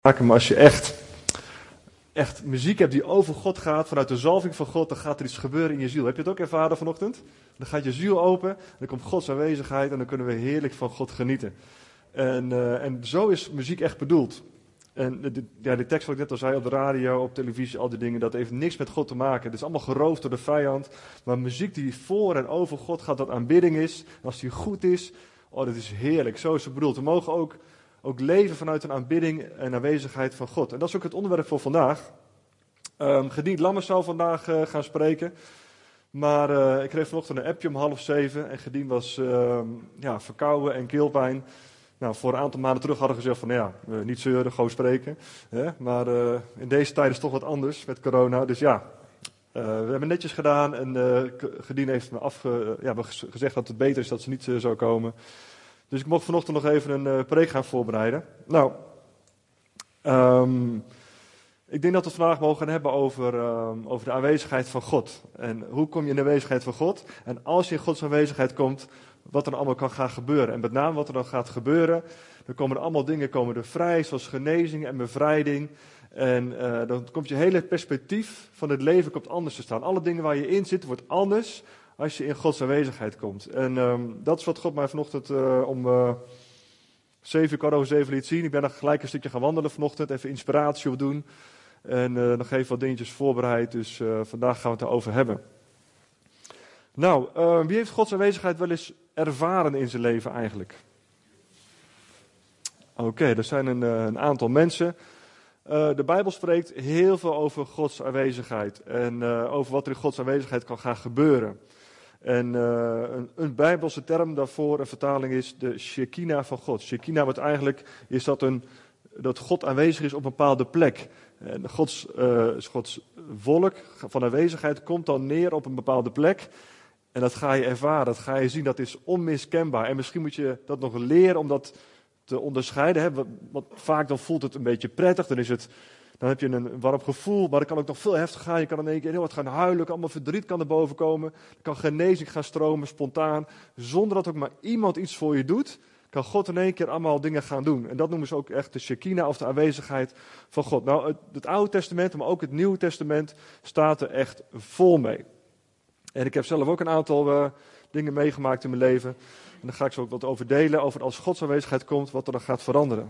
Maar als je echt muziek hebt die over God gaat, vanuit de zalving van God, dan gaat er iets gebeuren in je ziel. Heb je het ook ervaren vanochtend? Dan gaat je ziel open, dan komt Gods aanwezigheid en dan kunnen we heerlijk van God genieten. En zo is muziek echt bedoeld. En de tekst wat ik net al zei op de radio, op televisie, al die dingen, dat heeft niks met God te maken. Het is allemaal geroofd door de vijand. Maar muziek die voor en over God gaat, dat aanbidding is. En als die goed is, dat is heerlijk. Zo is het bedoeld. We mogen ook leven vanuit een aanbidding en aanwezigheid van God. En dat is ook het onderwerp voor vandaag. Gediend Lammers zou vandaag gaan spreken. Maar ik kreeg vanochtend een appje om 6:30 en Gediend was verkouden en keelpijn. Nou, voor een aantal maanden terug hadden we gezegd van niet zeuren, gewoon spreken. Maar in deze tijd is het toch wat anders met corona. Dus we hebben netjes gedaan en Gediend heeft me gezegd dat het beter is dat ze niet zou komen. Dus ik mocht vanochtend nog even een preek gaan voorbereiden. Nou, ik denk dat we het vandaag mogen gaan hebben over de aanwezigheid van God. En hoe kom je in de aanwezigheid van God? En als je in Gods aanwezigheid komt, wat er allemaal kan gaan gebeuren. En met name wat er dan gaat gebeuren, dan komen er allemaal dingen vrij, zoals genezing en bevrijding. En dan komt je hele perspectief van het leven komt anders te staan. Alle dingen waar je in zit, wordt anders als je in Gods aanwezigheid komt. En dat is wat God mij vanochtend om 7:15 liet zien. Ik ben dan gelijk een stukje gaan wandelen vanochtend, even inspiratie op doen. En nog even wat dingetjes voorbereid, dus vandaag gaan we het erover hebben. Nou, wie heeft Gods aanwezigheid wel eens ervaren in zijn leven eigenlijk? Oké, er zijn een aantal mensen. De Bijbel spreekt heel veel over Gods aanwezigheid en over wat er in Gods aanwezigheid kan gaan gebeuren. En een Bijbelse term daarvoor, een vertaling is de Shekinah van God. Shekinah wordt eigenlijk, is dat God aanwezig is op een bepaalde plek. En Gods wolk van aanwezigheid komt dan neer op een bepaalde plek. En dat ga je ervaren, dat ga je zien, dat is onmiskenbaar. En misschien moet je dat nog leren om dat te onderscheiden. Hè? Want vaak dan voelt het een beetje prettig, dan heb je een warm gevoel, maar dat kan ook nog veel heftiger gaan. Je kan in één keer heel wat gaan huilen, allemaal verdriet kan er boven komen. Er kan genezing gaan stromen, spontaan. Zonder dat ook maar iemand iets voor je doet, kan God in één keer allemaal dingen gaan doen. En dat noemen ze ook echt de Shekinah of de aanwezigheid van God. Nou, het Oude Testament, maar ook het Nieuwe Testament staat er echt vol mee. En ik heb zelf ook een aantal dingen meegemaakt in mijn leven. En daar ga ik zo ook wat over delen, over als Gods aanwezigheid komt, wat er dan gaat veranderen.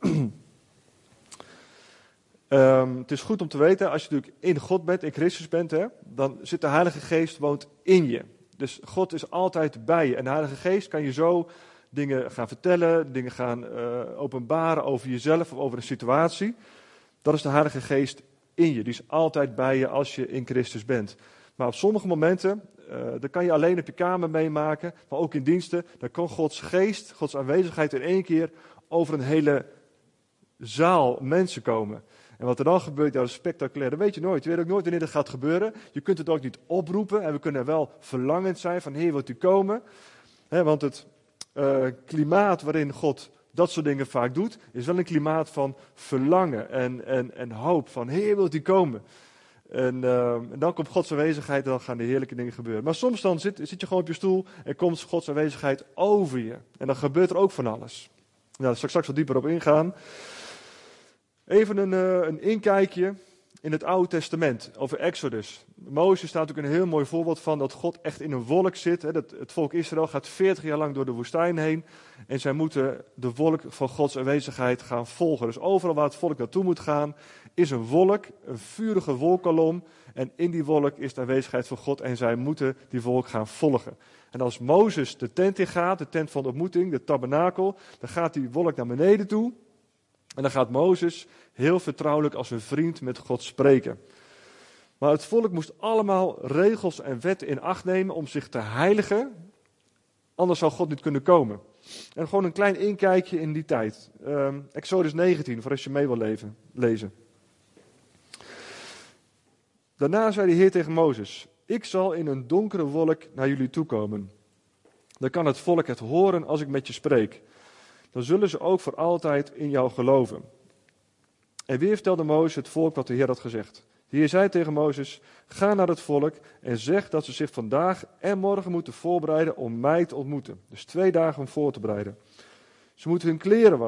Het is goed om te weten, als je natuurlijk in God bent, in Christus bent, dan zit de Heilige Geest woont in je. Dus God is altijd bij je. En de Heilige Geest kan je zo dingen gaan vertellen, dingen gaan openbaren over jezelf of over een situatie. Dat is de Heilige Geest in je. Die is altijd bij je als je in Christus bent. Maar op sommige momenten, dat kan je alleen op je kamer meemaken, maar ook in diensten, dan kan Gods Geest, Gods aanwezigheid in één keer over een hele zaal mensen komen. En wat er dan gebeurt, dat is spectaculair. Dat weet je nooit. Je weet ook nooit wanneer dat gaat gebeuren. Je kunt het ook niet oproepen. En we kunnen wel verlangend zijn van, Heer, wilt u komen? Want het klimaat waarin God dat soort dingen vaak doet, is wel een klimaat van verlangen en hoop. Van, Heer, wilt u komen? En dan komt Gods aanwezigheid en dan gaan de heerlijke dingen gebeuren. Maar soms dan zit je gewoon op je stoel en komt Gods aanwezigheid over je. En dan gebeurt er ook van alles. Nou, daar zal ik straks wat dieper op ingaan. Even een inkijkje in het Oude Testament over Exodus. Mozes staat natuurlijk een heel mooi voorbeeld van dat God echt in een wolk zit. Het volk Israël gaat 40 jaar lang door de woestijn heen. En zij moeten de wolk van Gods aanwezigheid gaan volgen. Dus overal waar het volk naartoe moet gaan, is een wolk, een vurige wolkkolom. En in die wolk is de aanwezigheid van God en zij moeten die wolk gaan volgen. En als Mozes de tent in gaat, de tent van de ontmoeting, de tabernakel, dan gaat die wolk naar beneden toe. En dan gaat Mozes heel vertrouwelijk als een vriend met God spreken. Maar het volk moest allemaal regels en wetten in acht nemen om zich te heiligen. Anders zou God niet kunnen komen. En gewoon een klein inkijkje in die tijd. Exodus 19, voor als je mee wil lezen. Daarna zei de Heer tegen Mozes: ik zal in een donkere wolk naar jullie toe komen. Dan kan het volk het horen als ik met je spreek. Dan zullen ze ook voor altijd in jou geloven. En weer vertelde Mozes het volk wat de Heer had gezegd. De Heer zei tegen Mozes: ga naar het volk en zeg dat ze zich vandaag en morgen moeten voorbereiden om mij te ontmoeten. Dus 2 dagen om voor te bereiden. Ze moeten hun kleren wassen,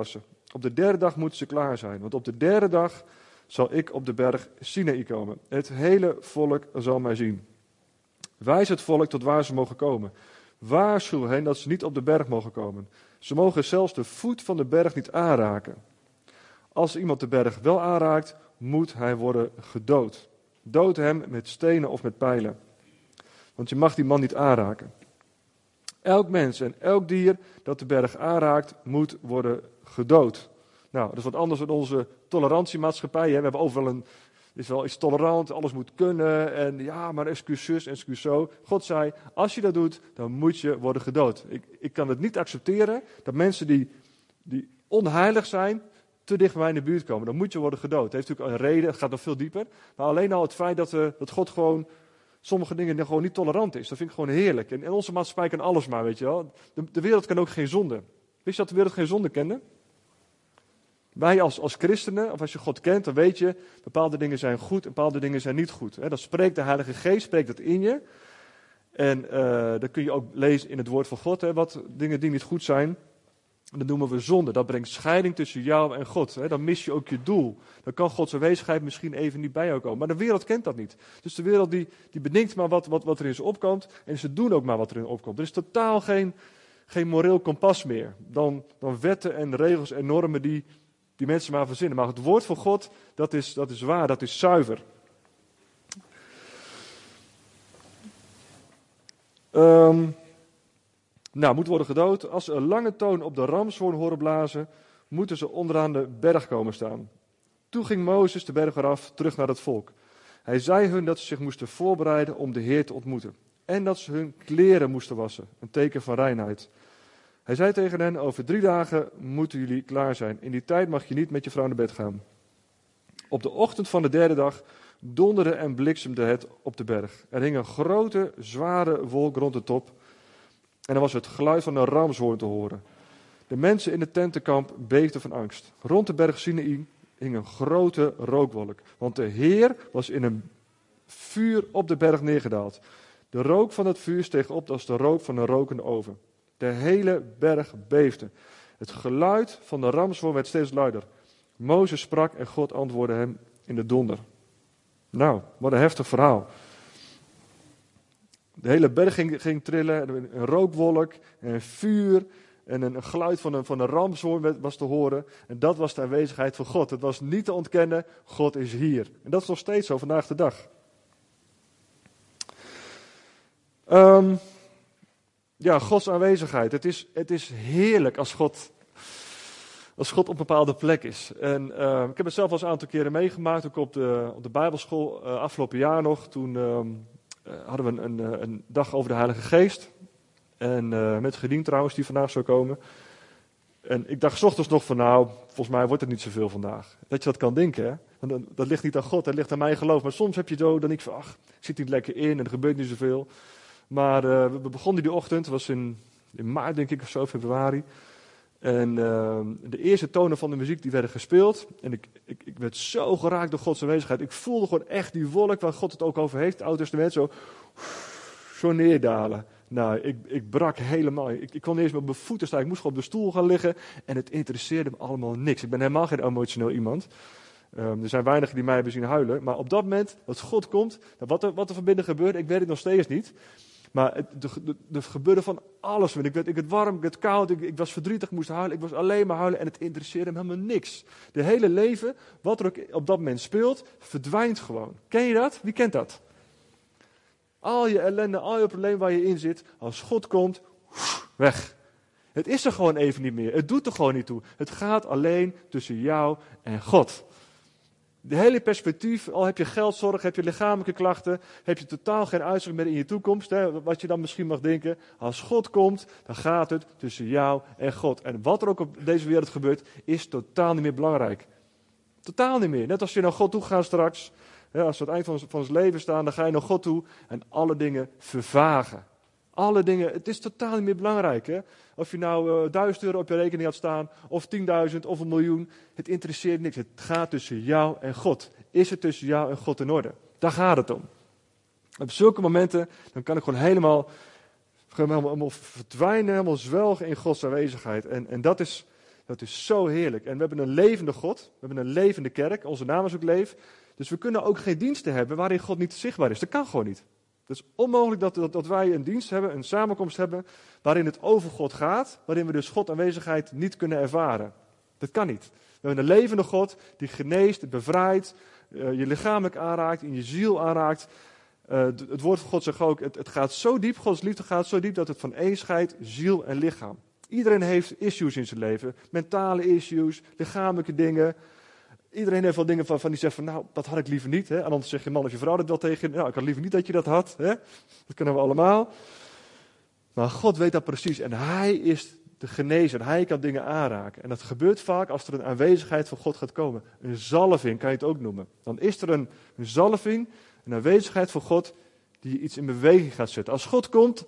Op de derde dag moeten ze klaar zijn, want op de derde dag zal ik op de berg Sinaï komen. Het hele volk zal mij zien. Wijs het volk tot waar ze mogen komen. Waarschuw hen dat ze niet op de berg mogen komen. Ze mogen zelfs de voet van de berg niet aanraken. Als iemand de berg wel aanraakt, moet hij worden gedood. Dood hem met stenen of met pijlen. Want je mag die man niet aanraken. Elk mens en elk dier dat de berg aanraakt, moet worden gedood. Nou, dat is wat anders dan onze tolerantiemaatschappij. Hè. We hebben overal is wel iets tolerant, alles moet kunnen. En ja, maar excuus zus, excuus zo. God zei, als je dat doet, dan moet je worden gedood. Ik kan het niet accepteren dat mensen die onheilig zijn, te dicht bij mij in de buurt komen. Dan moet je worden gedood. Het heeft natuurlijk een reden, het gaat nog veel dieper. Maar alleen al het feit dat God gewoon sommige dingen gewoon niet tolerant is. Dat vind ik gewoon heerlijk. En in onze maatschappij kan alles maar, weet je wel. De wereld kan ook geen zonde. Wist je dat de wereld geen zonde kende? Wij als christenen, of als je God kent, dan weet je, bepaalde dingen zijn goed en bepaalde dingen zijn niet goed. Dan spreekt de Heilige Geest, spreekt dat in je. En dan kun je ook lezen in het woord van God, wat dingen die niet goed zijn. Dat noemen we zonde. Dat brengt scheiding tussen jou en God. Dan mis je ook je doel. Dan kan Gods aanwezigheid misschien even niet bij jou komen. Maar de wereld kent dat niet. Dus de wereld die bedenkt maar wat er in ze opkomt. En ze doen ook maar wat er in opkomt. Er is totaal geen moreel kompas meer. Dan wetten en regels en normen die mensen maar verzinnen. Maar het woord van God, dat is waar. Dat is zuiver. Moet worden gedood. Als ze een lange toon op de ramshoorn horen blazen, moeten ze onderaan de berg komen staan. Toen ging Mozes de berg eraf, terug naar het volk. Hij zei hun dat ze zich moesten voorbereiden om de Heer te ontmoeten. En dat ze hun kleren moesten wassen, een teken van reinheid. Hij zei tegen hen, over 3 dagen moeten jullie klaar zijn. In die tijd mag je niet met je vrouw naar bed gaan. Op de ochtend van de derde dag donderde en bliksemde het op de berg. Er hing een grote, zware wolk rond de top. En er was het geluid van een ramshoorn te horen. De mensen in het tentenkamp beefden van angst. Rond de berg Sinaï hing een grote rookwolk. Want de Heer was in een vuur op de berg neergedaald. De rook van het vuur steeg op als de rook van een rokende oven. De hele berg beefde. Het geluid van de ramshoorn werd steeds luider. Mozes sprak en God antwoordde hem in de donder. Nou, wat een heftig verhaal. De hele berg ging trillen, een rookwolk, een vuur en een geluid van een ramshoorn was te horen. En dat was de aanwezigheid van God. Het was niet te ontkennen, God is hier. En dat is nog steeds zo vandaag de dag. Gods aanwezigheid. Het is heerlijk als God op een bepaalde plek is. En ik heb het zelf al eens een aantal keren meegemaakt, ook op de Bijbelschool afgelopen jaar nog. Toen hadden we een dag over de Heilige Geest. En met Gedien trouwens, die vandaag zou komen. En ik dacht 's ochtends nog van volgens mij wordt het niet zoveel vandaag. Dat je dat kan denken, hè. Want dat ligt niet aan God, dat ligt aan mijn geloof. Maar soms heb je zo, dan denk ik van, ik zit niet lekker in en er gebeurt niet zoveel. Maar we begonnen die ochtend, het was in maart denk ik of zo, februari. En de eerste tonen van de muziek die werden gespeeld. En ik werd zo geraakt door Gods aanwezigheid. Ik voelde gewoon echt die wolk waar God het ook over heeft. Het Oude Testament zo neerdalen. Nou, ik brak helemaal. Ik kon niet eens meer op mijn voeten staan. Ik moest gewoon op de stoel gaan liggen. En het interesseerde me allemaal niks. Ik ben helemaal geen emotioneel iemand. Er zijn weinigen die mij hebben zien huilen. Maar op dat moment dat God komt. Wat er van binnen gebeurde, ik weet het nog steeds niet. Maar er gebeurde van alles. Ik werd warm, ik werd koud, ik was verdrietig, ik moest huilen. Ik was alleen maar huilen en het interesseerde me helemaal niks. De hele leven, wat er ook op dat moment speelt, verdwijnt gewoon. Ken je dat? Wie kent dat? Al je ellende, al je problemen waar je in zit, als God komt, weg. Het is er gewoon even niet meer. Het doet er gewoon niet toe. Het gaat alleen tussen jou en God. De hele perspectief, al heb je geldzorg, heb je lichamelijke klachten, heb je totaal geen uitzicht meer in je toekomst, wat je dan misschien mag denken. Als God komt, dan gaat het tussen jou en God. En wat er ook op deze wereld gebeurt, is totaal niet meer belangrijk. Totaal niet meer. Net als je naar God toe gaat straks, als we aan het eind van ons leven staan, dan ga je naar God toe en alle dingen vervagen. Alle dingen, het is totaal niet meer belangrijk. Hè? Of je nou €1000 op je rekening had staan, of 10.000 of 1 miljoen. Het interesseert niks. Het gaat tussen jou en God. Is het tussen jou en God in orde? Daar gaat het om. Op zulke momenten, dan kan ik gewoon helemaal verdwijnen, helemaal zwelgen in Gods aanwezigheid. En dat is Dat is zo heerlijk. En we hebben een levende God. We hebben een levende kerk. Onze naam is ook leef. Dus we kunnen ook geen diensten hebben waarin God niet zichtbaar is. Dat kan gewoon niet. Het is onmogelijk dat wij een dienst hebben, een samenkomst hebben, waarin het over God gaat, waarin we dus God aanwezigheid niet kunnen ervaren. Dat kan niet. We hebben een levende God die geneest, bevrijdt, je lichamelijk aanraakt, in je ziel aanraakt. Het woord van God zegt ook, het gaat zo diep, Gods liefde gaat zo diep dat het van één scheidt, ziel en lichaam. Iedereen heeft issues in zijn leven, mentale issues, lichamelijke dingen. Iedereen heeft wel dingen van die zegt van, nou, dat had ik liever niet. Hè? En anders zeg je man of je vrouw dat wel tegen je. Nou, ik had liever niet dat je dat had. Hè? Dat kunnen we allemaal. Maar God weet dat precies. En hij is de genezer. Hij kan dingen aanraken. En dat gebeurt vaak als er een aanwezigheid van God gaat komen. Een zalving kan je het ook noemen. Dan is er een zalving, een aanwezigheid van God die iets in beweging gaat zetten. Als God komt,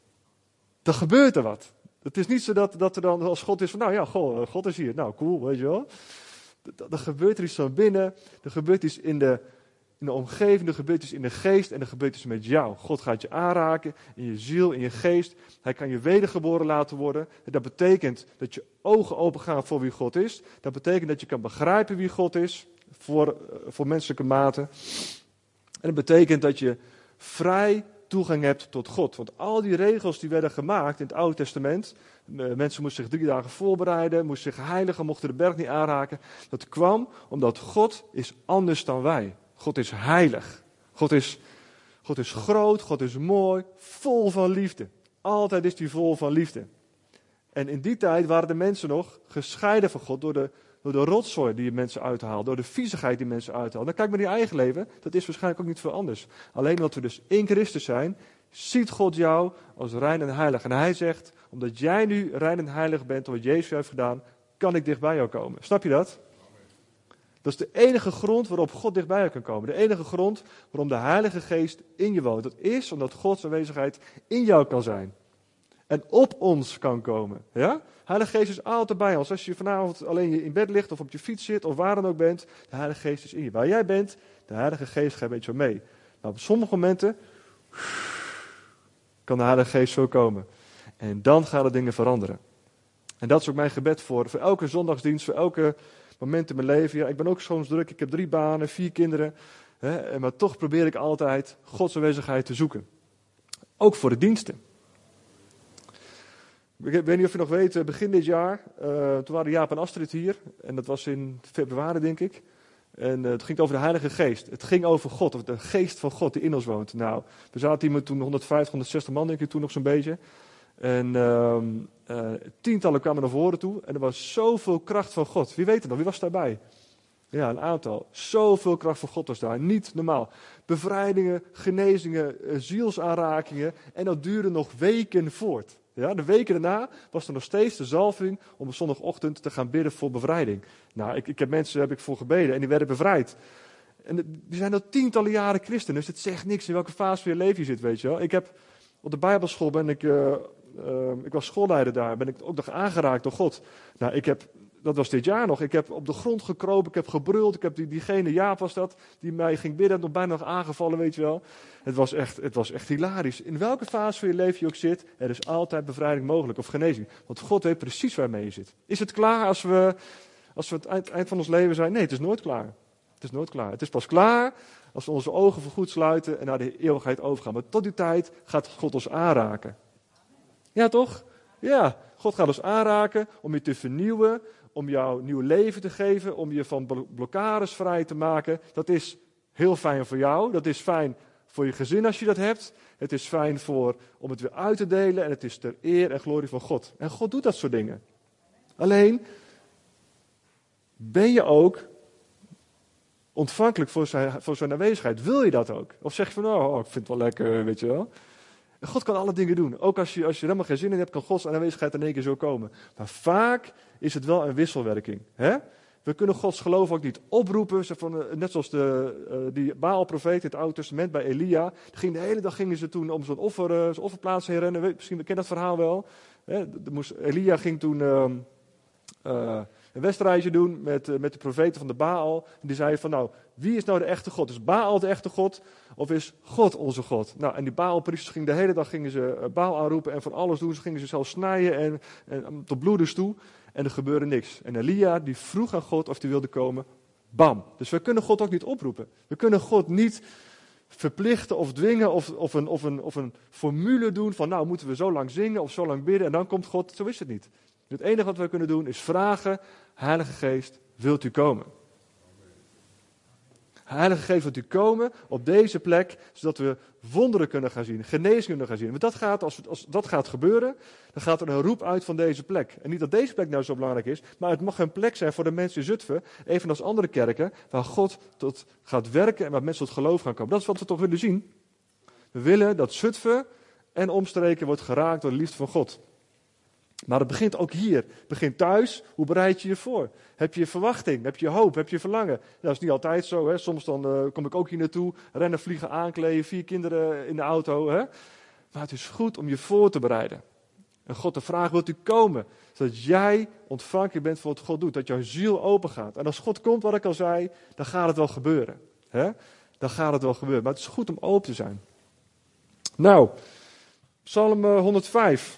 dan gebeurt er wat. Het is niet zo dat er dan als God is van, nou ja, God is hier. Nou, cool, weet je wel. Er gebeurt er iets van binnen, er gebeurt iets in de omgeving, er gebeurt iets in de geest en er gebeurt iets met jou. God gaat je aanraken in je ziel, in je geest. Hij kan je wedergeboren laten worden. En dat betekent dat je ogen open gaan voor wie God is. Dat betekent dat je kan begrijpen wie God is, voor menselijke maten. En dat betekent dat je vrij toegang hebt tot God. Want al die regels die werden gemaakt in het Oude Testament, mensen moesten zich 3 dagen voorbereiden, moesten zich heiligen, mochten de berg niet aanraken. Dat kwam omdat God is anders dan wij. God is heilig. God is groot, God is mooi, vol van liefde. Altijd is hij vol van liefde. En in die tijd waren de mensen nog gescheiden van God door de rotzooi die mensen uithaalden, door de viezigheid die mensen uithaalden. Dan kijk maar naar je eigen leven, dat is waarschijnlijk ook niet veel anders. Alleen omdat we dus in Christus zijn, ziet God jou als rein en heilig. En hij zegt, omdat jij nu rein en heilig bent, door wat Jezus heeft gedaan, kan ik dicht bij jou komen. Snap je dat? Dat is de enige grond waarop God dichtbij jou kan komen. De enige grond waarom de Heilige Geest in je woont. Dat is omdat Gods aanwezigheid in jou kan zijn. En op ons kan komen. Ja? Heilige Geest is altijd bij ons. Als je vanavond alleen in bed ligt of op je fiets zit of waar dan ook bent, de Heilige Geest is in je. Waar jij bent, de Heilige Geest gaat een beetje mee. Nou, op sommige momenten kan de Heilige Geest zo komen. En dan gaan de dingen veranderen. En dat is ook mijn gebed voor elke zondagsdienst, voor elke moment in mijn leven. Ja, ik ben ook soms druk, ik heb 3 banen, 4 kinderen. Maar toch probeer ik altijd Gods aanwezigheid te zoeken. Ook voor de diensten. Ik weet niet of je nog weet, begin dit jaar, toen waren Jaap en Astrid hier. En dat was in februari, denk ik. En het ging over de Heilige Geest. Het ging over God, of de Geest van God die in ons woont. Nou, we zaten hier met toen 150, 160 man, denk ik, toen nog zo'n beetje. En tientallen kwamen naar voren toe. En er was zoveel kracht van God. Wie weet het nog? Wie was daarbij? Ja, een aantal. Zoveel kracht van God was daar. Niet normaal. Bevrijdingen, genezingen, zielsaanrakingen. En dat duurde nog weken voort. Ja, de weken daarna was er nog steeds de zalving om op zondagochtend te gaan bidden voor bevrijding. Nou, ik heb mensen heb ik voor gebeden en die werden bevrijd. En die zijn al tientallen jaren christen, dus het zegt niks in welke fase van je leven je zit, weet je wel. Ik heb op de Bijbelschool ik was schoolleider daar, ben ik ook nog aangeraakt door God. Nou, dat was dit jaar nog, ik heb op de grond gekropen, ik heb gebruld, ik heb diegene, Jaap was dat, die mij ging bidden, nog bijna nog aangevallen, weet je wel. Het was echt hilarisch. In welke fase van je leven je ook zit, er is altijd bevrijding mogelijk, of genezing. Want God weet precies waarmee je zit. Is het klaar als we het eind van ons leven zijn? Nee, het is nooit klaar. Het is nooit klaar. Het is pas klaar als we onze ogen voorgoed sluiten en naar de eeuwigheid overgaan. Maar tot die tijd gaat God ons aanraken. Ja, toch? Ja, God gaat ons aanraken om je te vernieuwen, om jou nieuw leven te geven, om je van blokkades vrij te maken. Dat is heel fijn voor jou, dat is fijn voor je gezin als je dat hebt. Het is fijn om het weer uit te delen en het is ter eer en glorie van God. En God doet dat soort dingen. Alleen, ben je ook ontvankelijk voor zijn aanwezigheid? Wil je dat ook? Of zeg je van, oh, ik vind het wel lekker, weet je wel. God kan alle dingen doen. Ook als je helemaal geen zin in hebt, kan Gods aanwezigheid in één keer zo komen. Maar vaak is het wel een wisselwerking. Hè? We kunnen Gods geloof ook niet oproepen. Net zoals die Baal-profeet in het Oude Testament bij Elia. De hele dag gingen ze toen om zo'n offerplaats heen rennen. Misschien ken je dat verhaal wel. Hè? Elia ging toen een wedstrijdje doen met de profeten van de Baal. En die zeiden van, nou, wie is nou de echte God? Is Baal de echte God? Of is God onze God? Nou, en die Baal-priesters gingen de hele dag Baal aanroepen en van alles doen. Ze gingen ze zelf snijden en tot bloedens toe. en er gebeurde niks. En Elia die vroeg aan God of hij wilde komen, bam. Dus we kunnen God ook niet oproepen. We kunnen God niet verplichten of dwingen of een formule doen van nou moeten we zo lang zingen of zo lang bidden en dan komt God. Zo is het niet. Het enige wat we kunnen doen is vragen, Heilige Geest, wilt u komen? Heilige Geest, wilt u komen op deze plek, zodat we wonderen kunnen gaan zien, genezing kunnen gaan zien. Want dat gaat, als dat gaat gebeuren, dan gaat er een roep uit van deze plek. En niet dat deze plek nou zo belangrijk is, maar het mag een plek zijn voor de mensen in Zutphen, evenals andere kerken, waar God tot gaat werken en waar mensen tot geloof gaan komen. Dat is wat we toch willen zien. We willen dat Zutphen en omstreken wordt geraakt door de liefde van God. Maar het begint ook hier. Het begint thuis. Hoe bereid je je voor? Heb je verwachting? Heb je hoop? Heb je verlangen? Dat is niet altijd zo. Hè? Soms dan kom ik ook hier naartoe. Rennen, vliegen, aankleden. 4 kinderen in de auto. Hè? Maar het is goed om je voor te bereiden. En God de vraag, wilt u komen? Zodat jij ontvankelijk bent voor wat God doet. Dat jouw ziel open gaat. En als God komt, wat ik al zei, dan gaat het wel gebeuren. Hè? Dan gaat het wel gebeuren. Maar het is goed om open te zijn. Nou, Psalm 105.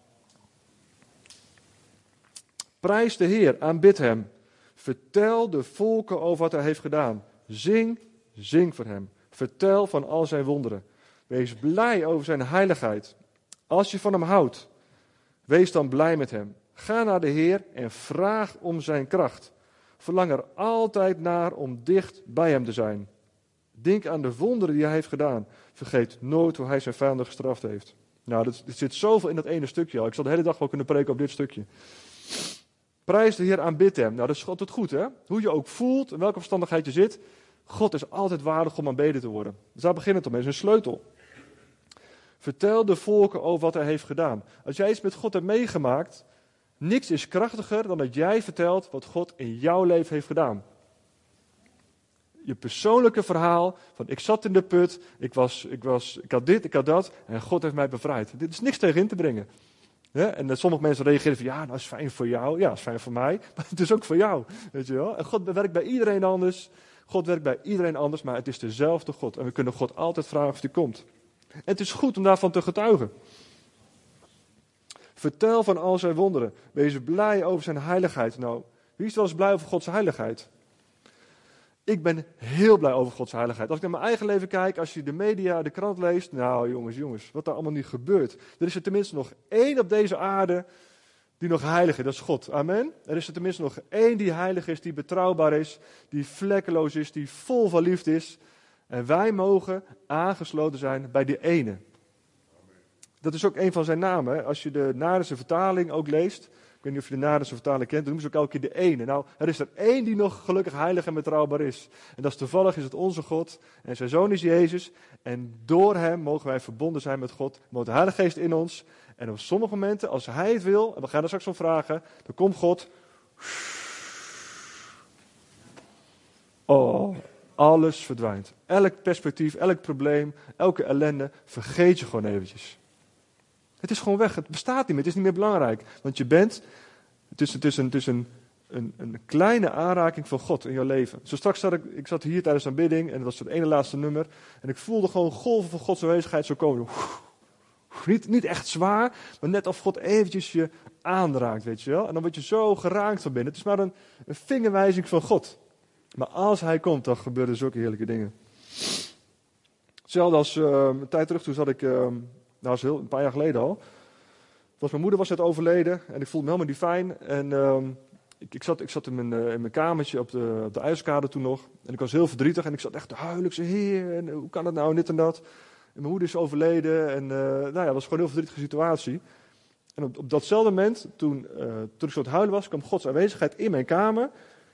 Prijs de Heer, aanbid hem. Vertel de volken over wat hij heeft gedaan. Zing voor hem. Vertel van al zijn wonderen. Wees blij over zijn heiligheid. Als je van hem houdt, wees dan blij met hem. Ga naar de Heer en vraag om zijn kracht. Verlang er altijd naar om dicht bij hem te zijn. Denk aan de wonderen die hij heeft gedaan. Vergeet nooit hoe hij zijn vijanden gestraft heeft. Nou, er zit zoveel in dat ene stukje al. Ik zal de hele dag wel kunnen preken op dit stukje. Prijs de Heer, aanbid hem. Nou, dat is altijd goed, hè? Hoe je ook voelt, in welke omstandigheid je zit. God is altijd waardig om aanbeden te worden. Dus daar begint het om, dat is een sleutel. Vertel de volken over wat hij heeft gedaan. Als jij iets met God hebt meegemaakt, niks is krachtiger dan dat jij vertelt wat God in jouw leven heeft gedaan. Je persoonlijke verhaal van ik zat in de put, ik had dit, ik had dat en God heeft mij bevrijd. Dit is niks tegen in te brengen. Ja, en sommige mensen reageren van ja, dat is fijn voor jou. Ja, dat is fijn voor mij, maar het is ook voor jou. Weet je wel? En God werkt bij iedereen anders. God werkt bij iedereen anders, maar het is dezelfde God. En we kunnen God altijd vragen of hij komt. En het is goed om daarvan te getuigen. Vertel van al zijn wonderen. Wees blij over zijn heiligheid. Nou, wie is wel eens blij over Gods heiligheid? Ik ben heel blij over Gods heiligheid. Als ik naar mijn eigen leven kijk, als je de media, de krant leest. Nou jongens, wat daar allemaal niet gebeurt. Er is er tenminste nog 1 op deze aarde die nog heilig is. Dat is God. Amen. Er is er tenminste nog 1 die heilig is, die betrouwbaar is, die vlekkeloos is, die vol van liefde is. En wij mogen aangesloten zijn bij die ene. Dat is ook een van zijn namen. Hè. Als je de Naardense vertaling ook leest. Ik weet niet of je de Naardense vertaling kent. Dan noemen ze ook elke keer de ene. Nou, er is er 1 die nog gelukkig heilig en betrouwbaar is. En dat is toevallig is het onze God. En zijn zoon is Jezus. En door hem mogen wij verbonden zijn met God. Mogen de Heilige Geest in ons. En op sommige momenten, als hij het wil. En we gaan er straks om vragen. Dan komt God. Oh, alles verdwijnt. Elk perspectief, elk probleem, elke ellende. Vergeet je gewoon eventjes. Het is gewoon weg. Het bestaat niet meer. Het is niet meer belangrijk. Want je bent, het is een kleine aanraking van God in jouw leven. Zo straks zat hier tijdens de aanbidding en dat was het ene laatste nummer. En ik voelde gewoon golven van Gods aanwezigheid zo komen. Niet echt zwaar, maar net of God eventjes je aanraakt, weet je wel. En dan word je zo geraakt van binnen. Het is maar een vingerwijzing van God. Maar als hij komt, dan gebeuren zulke heerlijke dingen. Hetzelfde als een tijd terug, toen zat ik... dat was een paar jaar geleden al. Mijn moeder was net overleden en ik voelde me helemaal niet fijn. En ik zat in mijn kamertje op de IJskade toen nog. En ik was heel verdrietig en ik zat echt te huilen. Ik zei, Heer, en hoe kan dat nou, en dit en dat. En mijn moeder is overleden en het was gewoon een heel verdrietige situatie. En op datzelfde moment, toen ik zo aan het huilen was, kwam Gods aanwezigheid in mijn kamer.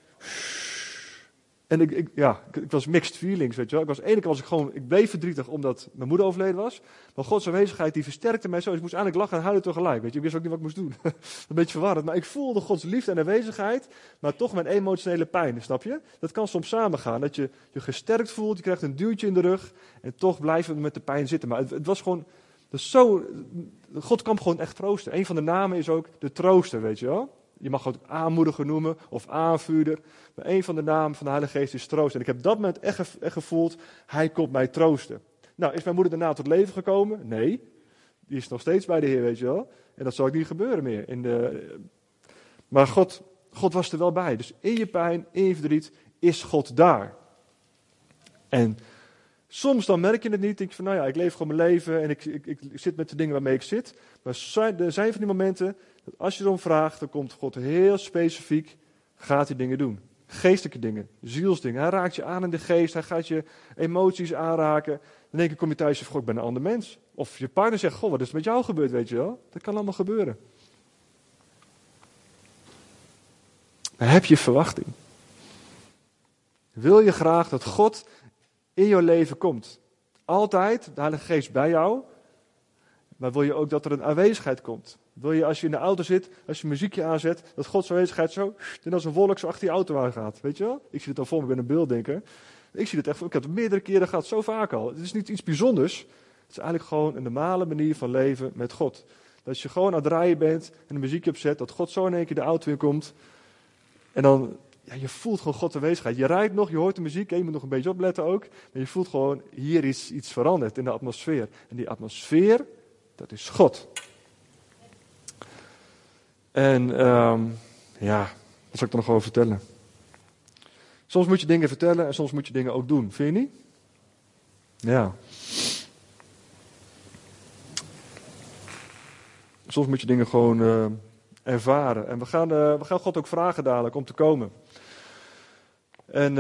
En ik was mixed feelings, weet je wel. Aan de ene kant ik bleef verdrietig omdat mijn moeder overleden was. Maar Gods aanwezigheid die versterkte mij zo. Dus ik moest eigenlijk lachen en huilen tegelijk, weet je. Ik wist ook niet wat ik moest doen. Een beetje verwarrend. Maar ik voelde Gods liefde en aanwezigheid, maar toch mijn emotionele pijn, snap je? Dat kan soms samengaan. Dat je je gesterkt voelt, je krijgt een duwtje in de rug. En toch blijf je met de pijn zitten. Maar het was gewoon, God kan gewoon echt troosten. Een van de namen is ook de trooster, weet je wel. Je mag het aanmoediger noemen of aanvuurder. Maar een van de namen van de Heilige Geest is troost. En ik heb dat moment echt gevoeld, hij komt mij troosten. Nou, is mijn moeder daarna tot leven gekomen? Nee. Die is nog steeds bij de Heer, weet je wel. En dat zal ook niet gebeuren meer. Maar God was er wel bij. Dus in je pijn, in je verdriet, is God daar. En soms dan merk je het niet. Denk je van, nou ja, ik leef gewoon mijn leven en ik zit met de dingen waarmee ik zit. Maar er zijn van die momenten dat als je erom vraagt, dan komt God heel specifiek, gaat hij dingen doen. Geestelijke dingen, zielsdingen. Hij raakt je aan in de geest, hij gaat je emoties aanraken. Dan denk ik, kom je thuis en goh, ik ben een ander mens. Of je partner zegt, goh, wat is er met jou gebeurd, weet je wel? Dat kan allemaal gebeuren. Maar heb je verwachting? Wil je graag dat God in jouw leven komt? Altijd, de Heilige Geest bij jou. Maar wil je ook dat er een aanwezigheid komt? Wil je als je in de auto zit, als je muziekje aanzet, dat Gods aanwezigheid zo, en als een wolk zo achter je auto aan gaat? Weet je wel? Ik zie het al voor me, ik ben een beelddenker. Ik zie het echt, ik heb het meerdere keren gehad, zo vaak al. Het is niet iets bijzonders. Het is eigenlijk gewoon een normale manier van leven met God. Dat je gewoon aan het rijden bent en een muziekje opzet, dat God zo in één keer de auto in komt. En dan, ja, je voelt gewoon Gods aanwezigheid. Je rijdt nog, je hoort de muziek, en je moet nog een beetje opletten ook. Maar je voelt gewoon, hier is iets veranderd in de atmosfeer. En die atmosfeer, dat is God. En ja, wat zal ik er nog over vertellen? Soms moet je dingen vertellen en soms moet je dingen ook doen. Vind je niet? Ja. Soms moet je dingen gewoon ervaren. En we gaan God ook vragen dadelijk om te komen. En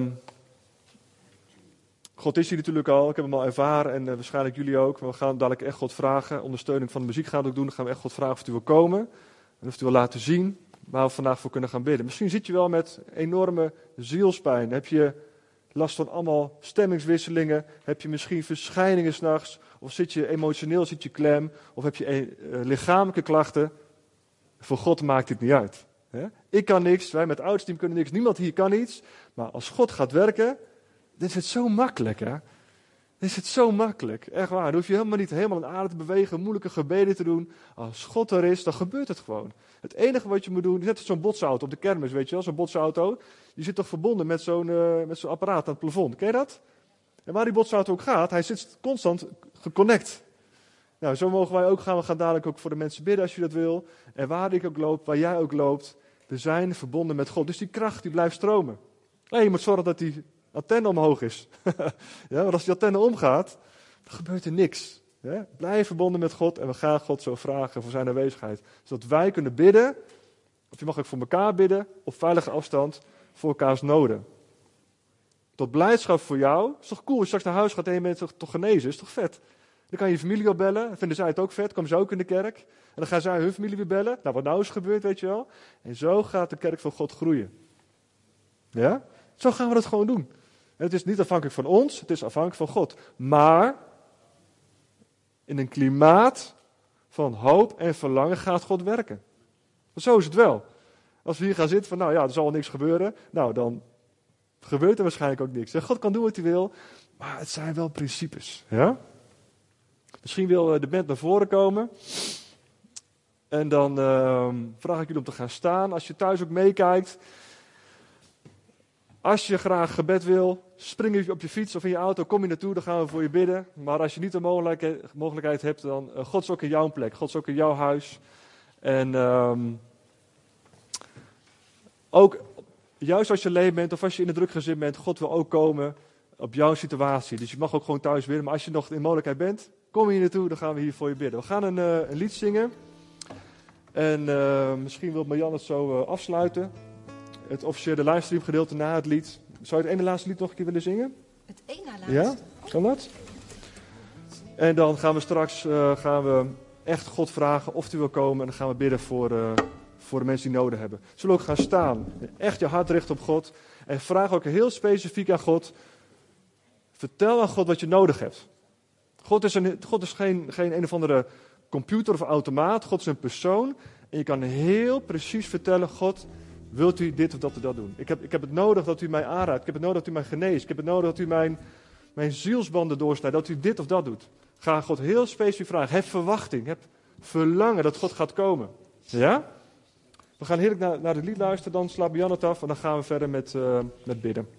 God is hier natuurlijk al. Ik heb hem al ervaren en waarschijnlijk jullie ook. Maar we gaan dadelijk echt God vragen. Ondersteuning van de muziek gaan we ook doen. Dan gaan we echt God vragen of hij wil komen. En of hij wil laten zien waar we vandaag voor kunnen gaan bidden. Misschien zit je wel met enorme zielspijn. Heb je last van allemaal stemmingswisselingen? Heb je misschien verschijningen 's nachts? Of zit je emotioneel, zit je klem? Of heb je lichamelijke klachten? Voor God maakt dit niet uit. Hè? Ik kan niks, wij met het oudsteam kunnen niks. Niemand hier kan iets. Maar als God gaat werken, dan is het zo makkelijk, hè? Dan is het zo makkelijk. Echt waar. Dan hoef je helemaal niet helemaal aan aarde te bewegen, moeilijke gebeden te doen. Als God er is, dan gebeurt het gewoon. Het enige wat je moet doen, is net als zo'n botsauto op de kermis, weet je wel, zo'n botsauto. Die zit toch verbonden met zo'n apparaat aan het plafond. Ken je dat? En waar die botsauto ook gaat, hij zit constant geconnect. Nou, zo mogen wij ook gaan. We gaan dadelijk ook voor de mensen bidden als je dat wil. En waar ik ook loop, waar jij ook loopt, we zijn verbonden met God. Dus die kracht die blijft stromen. En je moet zorgen dat die antenne omhoog is. Ja, want als die antenne omgaat, dan gebeurt er niks. Ja? Blijf verbonden met God en we gaan God zo vragen voor zijn aanwezigheid. Zodat wij kunnen bidden, of je mag ook voor elkaar bidden, op veilige afstand, voor elkaars noden. Tot blijdschap voor jou. Is toch cool als je straks naar huis gaat en je bent toch genezen, is toch vet? Dan kan je je familie opbellen, vinden zij het ook vet, komen ze ook in de kerk. En dan gaan zij hun familie weer bellen. Nou, wat nou is gebeurd, weet je wel. En zo gaat de kerk van God groeien. Ja? Zo gaan we dat gewoon doen. En het is niet afhankelijk van ons, het is afhankelijk van God. Maar in een klimaat van hoop en verlangen gaat God werken. Want zo is het wel. Als we hier gaan zitten van, nou ja, er zal wel niks gebeuren. Nou, dan gebeurt er waarschijnlijk ook niks. En God kan doen wat hij wil, maar het zijn wel principes. Ja? Misschien wil de band naar voren komen. En dan vraag ik jullie om te gaan staan. Als je thuis ook meekijkt. Als je graag gebed wil, spring je op je fiets of in je auto, kom je naartoe, dan gaan we voor je bidden. Maar als je niet de mogelijkheid hebt, dan God is ook in jouw plek. God is ook in jouw huis. En ook, juist als je alleen bent of als je in een druk gezin bent, God wil ook komen op jouw situatie. Dus je mag ook gewoon thuis bidden. Maar als je nog in mogelijkheid bent, kom hier naartoe, dan gaan we hier voor je bidden. We gaan een lied zingen. En misschien wil Marjan het zo afsluiten. Het officiële livestream gedeelte na het lied. Zou je het ene laatste lied nog een keer willen zingen? Het ene laatste? Ja, kan dat? En dan gaan we straks echt God vragen of hij wil komen. En dan gaan we bidden voor de mensen die nodig hebben. Zullen we ook gaan staan. Echt je hart richten op God. En vraag ook heel specifiek aan God. Vertel aan God wat je nodig hebt. God is geen een of andere computer of automaat. God is een persoon. En je kan heel precies vertellen, God, wilt u dit of dat of dat doen? Ik heb het nodig dat u mij aanraakt. Ik heb het nodig dat u mij geneest. Ik heb het nodig dat u mijn zielsbanden doorsnijdt. Dat u dit of dat doet. Ga God heel specifiek vragen. Heb verwachting. Heb verlangen dat God gaat komen. Ja? We gaan heerlijk naar het lied luisteren. Dan slaat Jan het af. En dan gaan we verder met bidden.